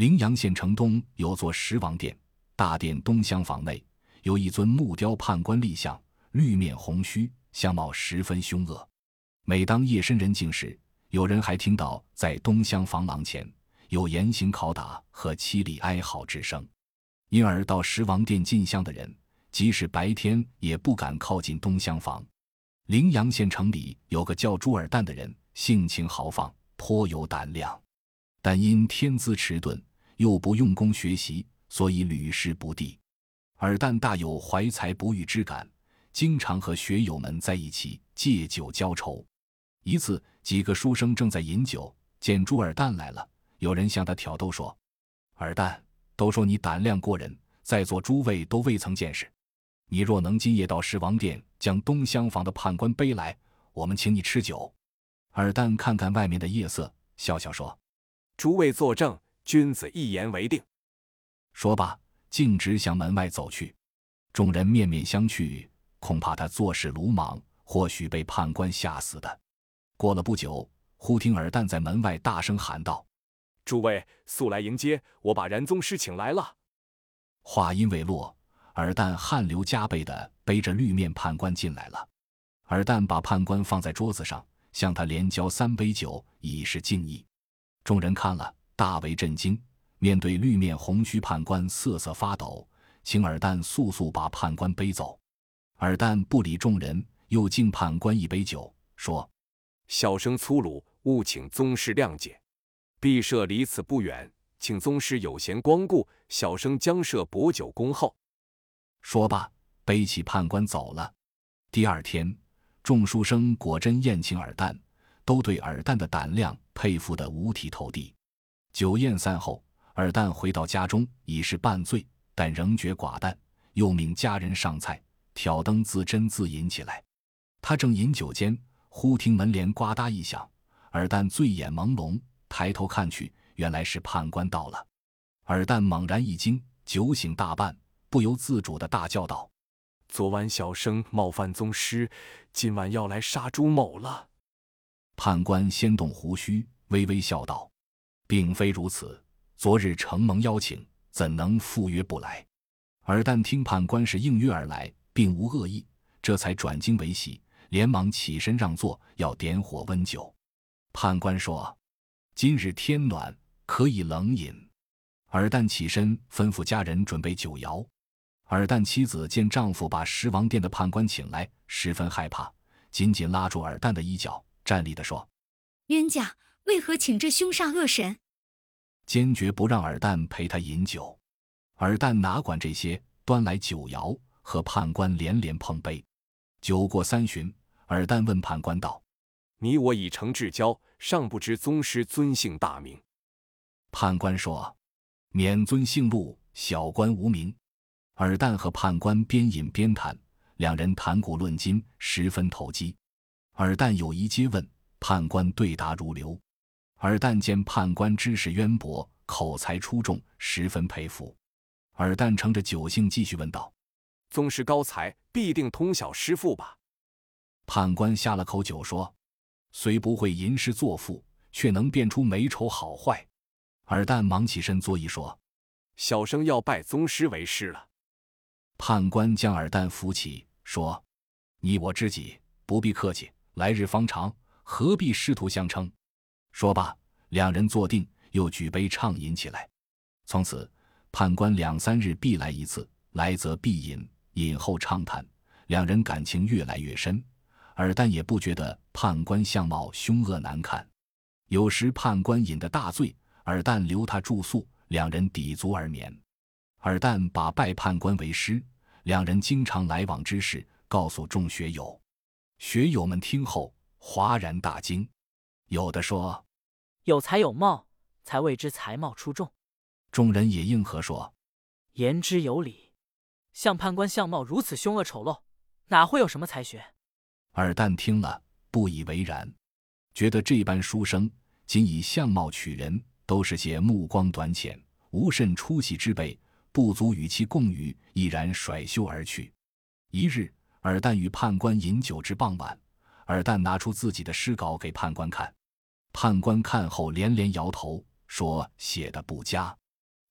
陵阳县城东有座十王殿，大殿东厢房内有一尊木雕判官立像，绿面红须，相貌十分凶恶。每当夜深人静时，有人还听到在东厢房廊前有严刑拷打和凄厉哀嚎之声，因而到十王殿进香的人即使白天也不敢靠近东厢房。陵阳县城里有个叫朱尔旦的人，性情豪放，颇有胆量，但因天资迟钝，又不用功学习，所以屡试不第。尔旦大有怀才不遇之感，经常和学友们在一起借酒浇愁。一次，几个书生正在饮酒，见朱尔旦来了，有人向他挑逗说：“尔旦，都说你胆量过人，在座诸位都未曾见识。你若能今夜到十王殿将东厢房的判官背来，我们请你吃酒。”尔旦看看外面的夜色，笑笑说：“ 诸位作证，君子一言为定。” 说罢，径直向门外走去。众人面面相觑，恐怕他做事鲁莽，或许被判官吓死的。过了不久，忽听尔旦在门外大声喊道：“ 诸位速来迎接，我把然宗师请来了。” 话音未落，尔旦汗流浃背地背着绿面判官进来了。尔旦把判官放在桌子上，向他连浇3杯酒，以示敬意。众人看了，大为震惊，面对绿面红须判官瑟瑟发抖，请尔旦速速把判官背走。尔旦不理众人，又敬判官1杯酒，说：“ 小生粗鲁，务请宗师谅解。毕舍离此不远，请宗师有闲光顾，小生将设薄酒恭候。” 说罢，背起判官走了。第二天，众书生果真宴请尔旦，都对尔旦的胆量佩服得五体投地。酒宴散后，尔旦回到家中，已是半醉，但仍觉寡淡，又命家人上菜，挑灯自斟自饮起来。他正饮酒间，忽听门帘呱嗒一响，尔旦醉眼朦胧，抬头看去，原来是判官到了。尔旦猛然一惊，酒醒大半，不由自主地大叫道：“ 昨晚小生冒犯宗师，今晚要来杀朱某了。” 判官掀动胡须，微微笑道：“并非如此，昨日承蒙邀请，怎能赴约不来？”尔旦听判官是应约而来，并无恶意，这才转惊为喜，连忙起身让座，要点火温酒。判官说：“今日天暖，可以冷饮。”尔旦起身吩咐家人准备酒肴。尔旦妻子见丈夫把十王殿的判官请来，十分害怕，紧紧拉住尔旦的衣角，站立地说：“ 冤家，为何请这凶煞恶神？” 坚决不让尔旦陪他饮酒。尔旦哪管这些，端来酒肴，和判官连连碰杯。酒过3巡，尔旦问判官道：“ 你我已成至交，尚不知宗师尊姓大名？” 判官说：“免尊姓禄，小官无名。”尔旦和判官边饮边谈，两人谈古论今，十分投机。尔旦有疑皆问，判官对答如流。尔旦见判官知识渊博，口才出众，十分佩服。尔旦乘着酒兴继续问道：“ 宗师高才，必定通晓诗赋吧？” 判官下了口酒说：“虽不会吟诗作赋，却能辨出美丑好坏。”尔旦忙起身作揖说：“ 小生要拜宗师为师了。” 判官将尔旦扶起，说：“你我知己，不必客气，来日方长，何必师徒相称？”说罢，两人坐定，又举杯畅饮起来。从此，判官2、3日必来一次，来则必饮，饮后畅谈，两人感情越来越深。尔旦也不觉得判官相貌凶恶难看。有时判官饮得大醉，尔旦留他住宿，两人抵足而眠。尔旦把拜判官为师，两人经常来往之事告诉众学友。学友们听后哗然大惊，有的说：“ 有才有貌，才谓之才貌出众。” 众人也应和说：“ 言之有理。像判官相貌如此凶恶丑陋，哪会有什么才学？” 尔旦听了不以为然，觉得这般书生仅以相貌取人，都是些目光短浅、无甚出息之辈，不足与其共语，毅然甩袖而去。一日，尔旦与判官饮酒至傍晚，尔旦拿出自己的诗稿给判官看，判官看后连连摇头，说写得不佳。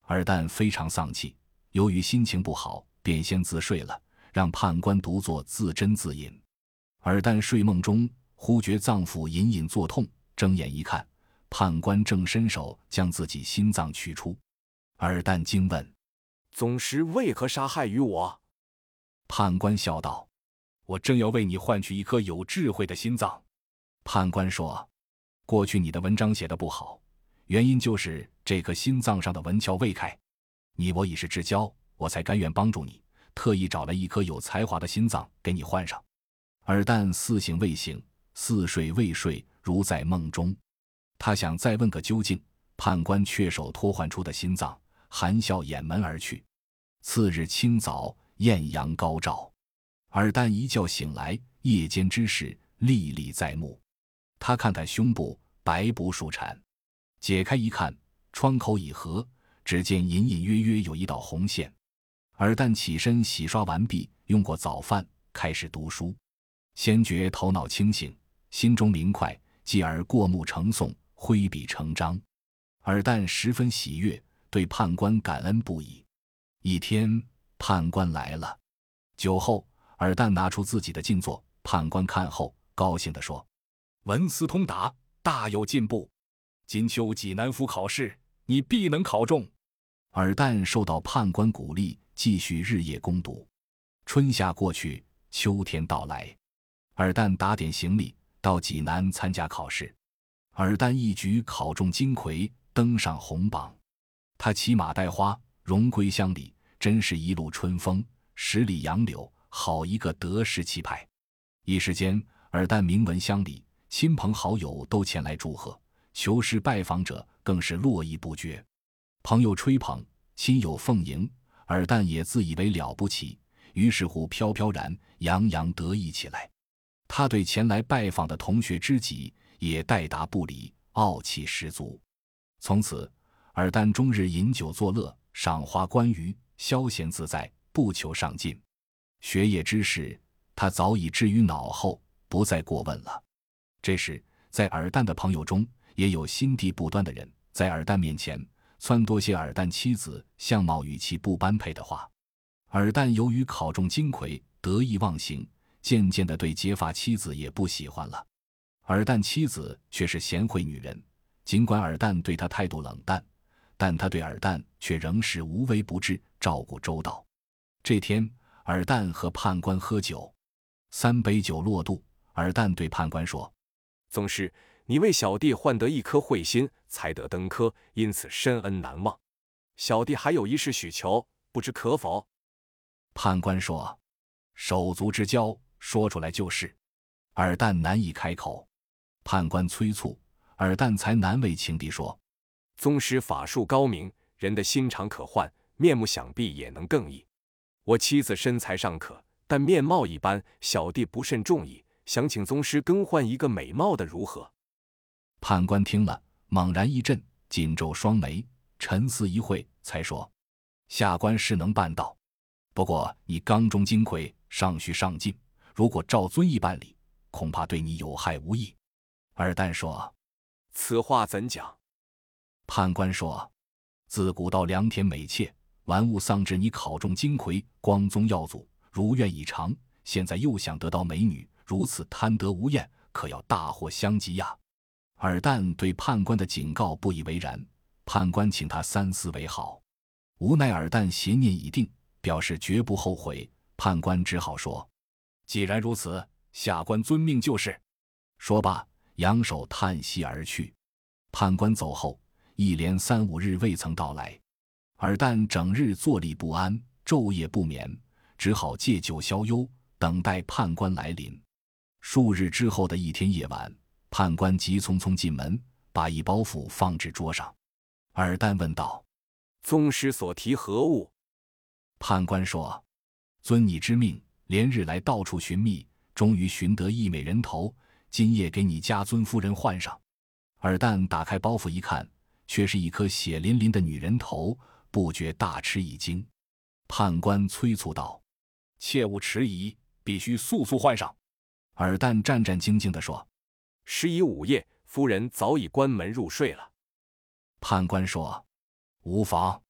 尔旦非常丧气，由于心情不好，便先自睡了，让判官独坐自斟自饮。尔旦睡梦中忽觉脏腑隐隐作痛，睁眼一看，判官正伸手将自己心脏取出。尔旦惊问： 宗师为何杀害于我？ 判官笑道：我正要为你换取一颗有智慧的心脏。判官说：过去你的文章写得不好，原因就是这颗心脏上的纹窍未开。你我已是至交，我才甘愿帮助你，特意找了一颗有才华的心脏给你换上。尔旦似醒未醒，似睡未睡，如在梦中。他想再问个究竟，判官却手托换出的心脏，含笑掩门而去。次日清早，艳阳高照，尔旦一觉醒来，夜间之事历历在目。他看看胸部，白布数缠，解开一看，窗口已合，只见隐隐约约有一道红线。尔旦起身洗刷完毕，用过早饭，开始读书。先觉头脑清醒，心中明快，继而过目成诵，挥笔成章。尔旦十分喜悦，对判官感恩不已。一天，判官来了，酒后，尔旦拿出自己的进作，判官看后，高兴地说：文思通达，大有进步。今秋济南府考试，你必能考中。尔旦受到判官鼓励，继续日夜攻读。春夏过去，秋天到来，尔旦打点行李，到济南参加考试。尔旦一举考中金魁，登上红榜。他骑马带花，荣归乡里，真是一路春风，十里杨柳，好一个得势气派。一时间，尔旦名闻乡里，亲朋好友都前来祝贺，求师拜访者更是络绎不绝。朋友吹捧，亲友奉迎，尔旦也自以为了不起，于是乎飘飘然，洋洋得意起来。他对前来拜访的同学知己也代答不理，傲气十足。从此，尔旦终日饮酒作乐，赏花观鱼，消闲自在，不求上进。学业之事，他早已置于脑后，不再过问了。这时，在尔旦的朋友中，也有心地不端的人，在尔旦面前撺掇些尔旦妻子相貌与其不般配的话。尔旦由于考中金魁，得意忘形，渐渐地对结发妻子也不喜欢了。尔旦妻子却是贤惠女人，尽管尔旦对她态度冷淡，但她对尔旦却仍是无微不至，照顾周到。这天，尔旦和判官喝酒，3杯酒落肚，尔旦对判官说： 宗师，你为小弟换得一颗慧心，才得登科，因此深恩难忘。小弟还有一事许求，不知可否？ 判官说：手足之交，说出来就是。尔旦难以开口，判官催促，尔旦才难为情地说： 宗师法术高明，人的心肠可换，面目想必也能更易。我妻子身材尚可，但面貌一般，小弟不甚中意，想请宗师更换一个美貌的如何？ 判官听了，猛然一震，紧皱双眉，沉思一会，才说：下官是能办到，不过你刚中金魁，尚需上进，如果照遵义办理，恐怕对你有害无益。尔旦说： 此话怎讲？ 判官说：自古道良田美妾，玩物丧志，你考中金魁，光宗耀祖，如愿以偿，现在又想得到美女，如此贪得无厌，可要大祸相及呀。尔旦对判官的警告不以为然，判官请他三思为好。无奈尔旦邪念已定，表示绝不后悔，判官只好说：既然如此，下官遵命就是。说罢，扬手叹息而去。判官走后，一连3、5日未曾到来。尔旦整日坐立不安，昼夜不眠，只好借酒消忧，等待判官来临。数日之后的一天夜晚，判官急匆匆进门，把一包袱放至桌上。尔旦问道： 宗师所提何物？ 判官说：遵你之命，连日来到处寻觅，终于寻得一美人头，今夜给你家尊夫人换上。尔旦打开包袱一看，却是一颗血淋淋的女人头，不觉大吃一惊。判官催促道：切勿迟疑，必须速速换上。尔旦战战兢兢地说： 时已午夜，夫人早已关门入睡了。 判官说：无妨。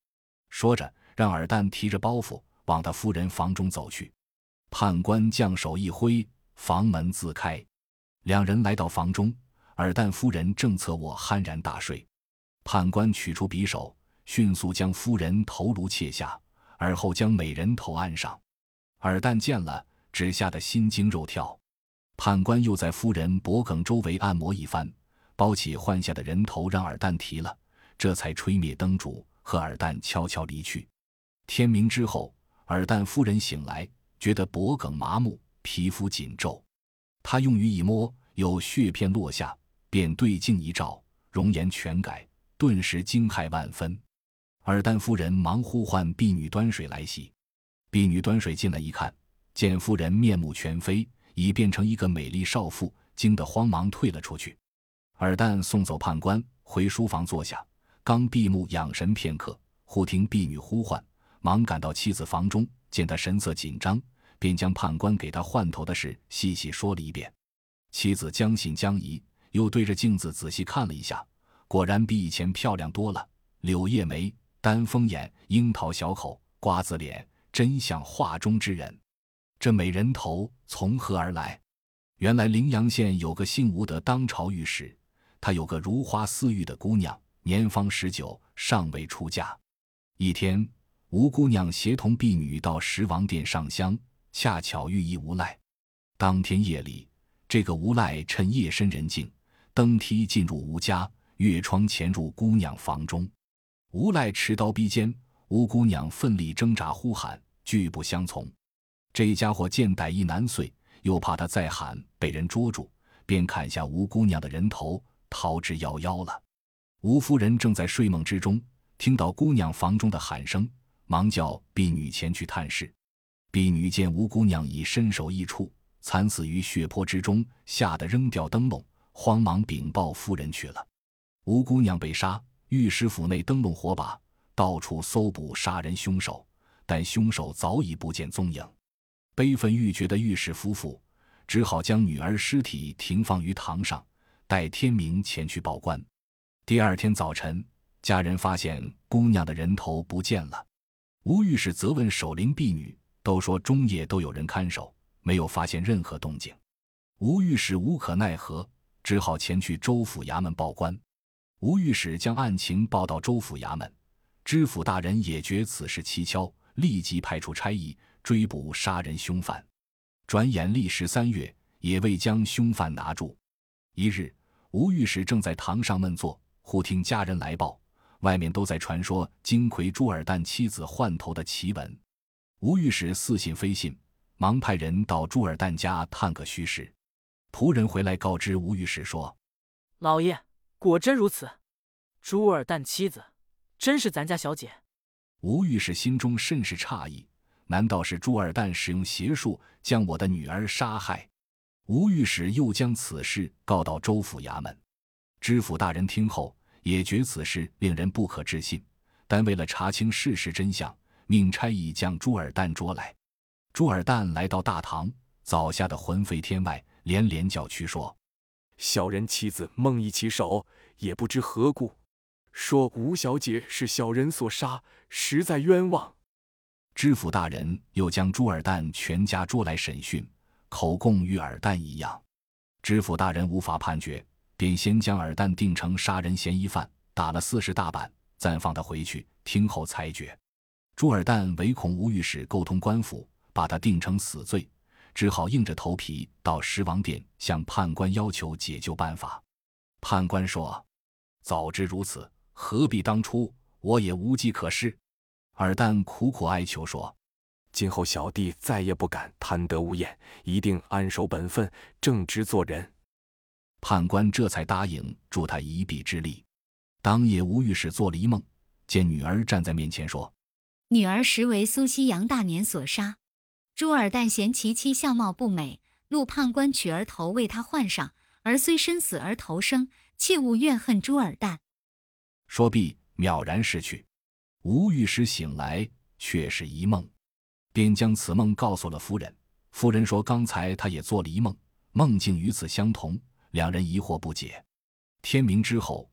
说着，让尔旦提着包袱往他夫人房中走去。判官将手一挥，房门自开。两人来到房中，尔旦夫人正侧卧酣然大睡。判官取出匕首，迅速将夫人头颅切下，而后将美人头按上。尔旦见了，只吓得心惊肉跳。判官又在夫人脖颈周围按摩一番，包起换下的人头让尔旦提了，这才吹灭灯烛，和尔旦悄悄离去。天明之后，尔旦夫人醒来，觉得脖颈麻木，皮肤紧皱。他用于一摸，有血片落下，便对镜一照，容颜全改，顿时惊骇万分。尔旦夫人忙呼唤婢女端水来洗。婢女端水进来一看，见夫人面目全非，已变成一个美丽少妇，惊得慌忙退了出去。尔旦送走判官，回书房坐下，刚闭目养神片刻，忽听婢女呼唤，忙赶到妻子房中，见她神色紧张，便将判官给她换头的事细细说了一遍。妻子将信将疑，又对着镜子仔细看了一下，果然比以前漂亮多了，柳叶眉，丹凤眼，樱桃小口，瓜子脸，真像画中之人。这美人头从何而来？原来陵阳县有个姓吴的当朝御史，他有个如花似玉的姑娘，年方19，尚未出嫁。一天，吴姑娘协同婢女到石王殿上香，恰巧遇一无赖。当天夜里，这个无赖趁夜深人静，登梯进入吴家，越窗潜入姑娘房中。无赖持刀逼奸，吴姑娘奋力挣扎呼喊，拒不相从。这家伙见歹意难遂，又怕他再喊被人捉住，便砍下吴姑娘的人头，逃之夭夭了。吴夫人正在睡梦之中，听到姑娘房中的喊声，忙叫婢女前去探视。婢女见吴姑娘已身首异处，惨死于血泊之中，吓得扔掉灯笼，慌忙禀报夫人去了。吴姑娘被杀，御史府内灯笼火把，到处搜捕杀人凶手，但凶手早已不见踪影。悲愤欲绝的御史夫妇只好将女儿尸体停放于堂上，待天明前去报官。第二天早晨，家人发现姑娘的人头不见了。吴御史责问守灵婢女，都说中夜都有人看守，没有发现任何动静。吴御史无可奈何，只好前去州府衙门报官。吴御史将案情报到州府衙门，知府大人也觉此事蹊跷，立即派出差役追捕杀人凶犯。转眼历时3月，也未将凶犯拿住。一日，吴御史正在堂上闷坐，忽听家人来报，外面都在传说金魁朱尔旦妻子换头的奇闻。吴御史似信非信，忙派人到朱尔旦家探个虚实。仆人回来告知吴御史说： 老爷，果真如此，朱尔旦妻子真是咱家小姐。 吴御史心中甚是诧异，难道是朱尔旦使用邪术将我的女儿杀害？吴御史又将此事告到州府衙门。知府大人听后也觉此事令人不可置信，但为了查清事实真相，命差役将朱尔旦捉来。朱尔旦来到大堂，早吓得魂飞天外，连连叫屈说： 小人妻子梦一起手，也不知何故，说吴小姐是小人所杀，实在冤枉。 知府大人又将朱尔旦全家捉来审讯，口供与尔旦一样。知府大人无法判决，便先将尔旦定成杀人嫌疑犯，打了40大板，暂放他回去听候裁决。朱尔旦唯恐吴御史沟通官府，把他定成死罪，只好硬着头皮到石王殿向判官要求解救办法。判官说：早知如此，何必当初，我也无计可施。尔旦苦苦哀求说： 今后小弟再也不敢贪得无厌，一定安守本分，正直做人。 判官这才答应助他一臂之力。当夜吴御史做了一梦，见女儿站在面前说： 女儿实为苏西杨大年所杀。朱尔旦嫌其妻相貌不美，怒判官取儿头为他换上，儿虽身死而头生，切勿怨恨朱尔旦。 说毕，渺然逝去。吴御史醒来，却是一梦，便将此梦告诉了夫人。夫人说刚才他也做了一梦，梦境与此相同，两人疑惑不解。天明之后，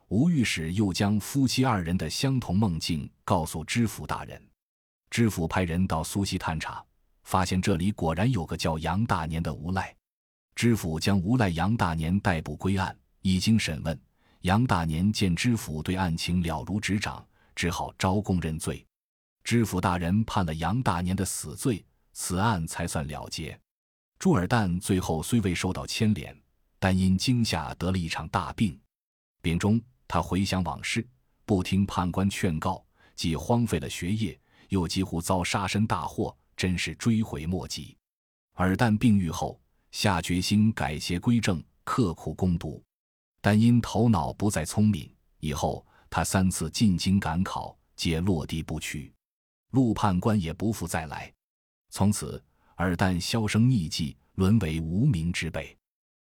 吴御史又将夫妻二人的相同梦境告诉知府大人。知府派人到苏溪探查，发现这里果然有个叫杨大年的无赖。知府将无赖杨大年逮捕归案，一经审问，杨大年见知府对案情了如指掌，只好招供认罪。知府大人判了杨大年的死罪，此案才算了结。朱尔旦最后虽未受到牵连，但因惊吓得了一场大病。病中他回想往事，不听判官劝告，既荒废了学业，又几乎遭杀身大祸，真是追悔莫及。尔旦病愈后，下决心改邪归正，刻苦攻读，但因头脑不再聪明，以后他3次进京赶考，皆落第不取。陆判官也不复再来。从此尔旦销声匿迹，沦为无名之辈。